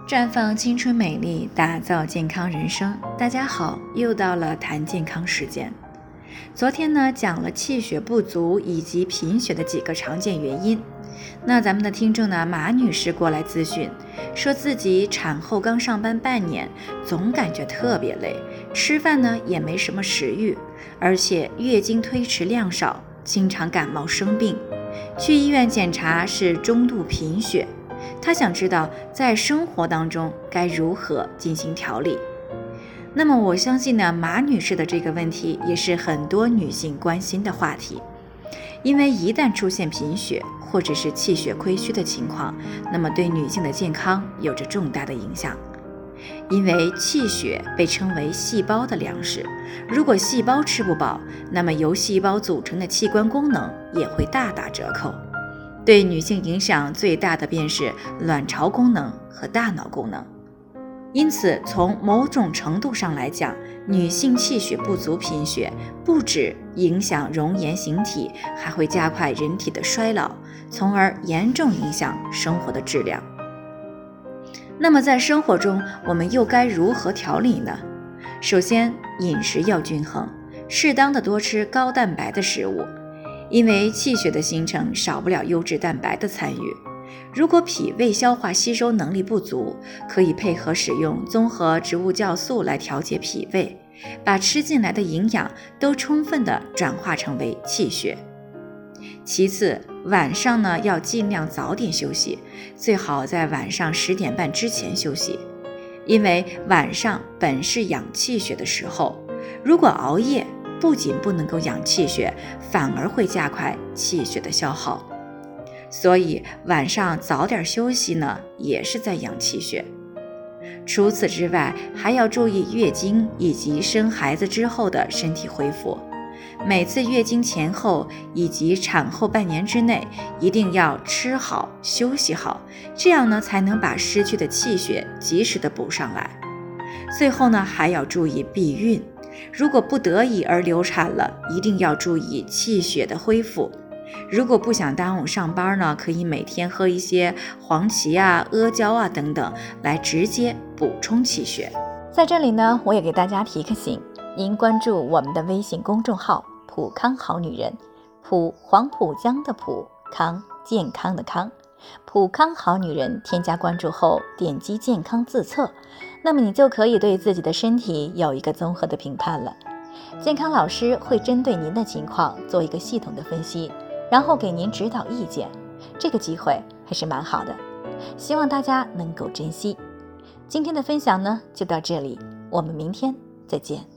绽放青春美丽，打造健康人生。大家好，又到了谈健康时间。昨天呢，讲了气血不足以及贫血的几个常见原因。那咱们的听众呢，马女士过来咨询，说自己产后刚上班半年，总感觉特别累，吃饭呢也没什么食欲，而且月经推迟量少，经常感冒生病。去医院检查是中度贫血。她想知道在生活当中该如何进行调理。那么我相信呢，马女士的这个问题也是很多女性关心的话题，因为一旦出现贫血或者是气血亏虚的情况，那么对女性的健康有着重大的影响。因为气血被称为细胞的粮食，如果细胞吃不饱，那么由细胞组成的器官功能也会大打折扣。对女性影响最大的便是卵巢功能和大脑功能。因此从某种程度上来讲，女性气血不足贫血不只影响容颜形体，还会加快人体的衰老，从而严重影响生活的质量。那么在生活中我们又该如何调理呢？首先，饮食要均衡，适当的多吃高蛋白的食物，因为气血的形成少不了优质蛋白的参与。如果脾胃消化吸收能力不足，可以配合使用综合植物酵素来调节脾胃，把吃进来的营养都充分的转化成为气血。其次，晚上呢要尽量早点休息，最好在晚上10点半之前休息，因为晚上本是养气血的时候，如果熬夜，不仅不能够养气血，反而会加快气血的消耗。所以晚上早点休息呢，也是在养气血。除此之外，还要注意月经以及生孩子之后的身体恢复。每次月经前后以及产后半年之内，一定要吃好休息好，这样呢才能把失去的气血及时的补上来。最后呢，还要注意避孕，如果不得已而流产了，一定要注意气血的恢复。如果不想耽误上班呢，可以每天喝一些黄芪啊、阿胶啊等等，来直接补充气血。在这里呢，我也给大家提个醒，您关注我们的微信公众号普康好女人，普黄浦江的普，康健康的康，普康好女人，添加关注后点击健康自测，那么你就可以对自己的身体有一个综合的评判了。健康老师会针对您的情况做一个系统的分析，然后给您指导意见，这个机会还是蛮好的，希望大家能够珍惜。今天的分享呢就到这里，我们明天再见。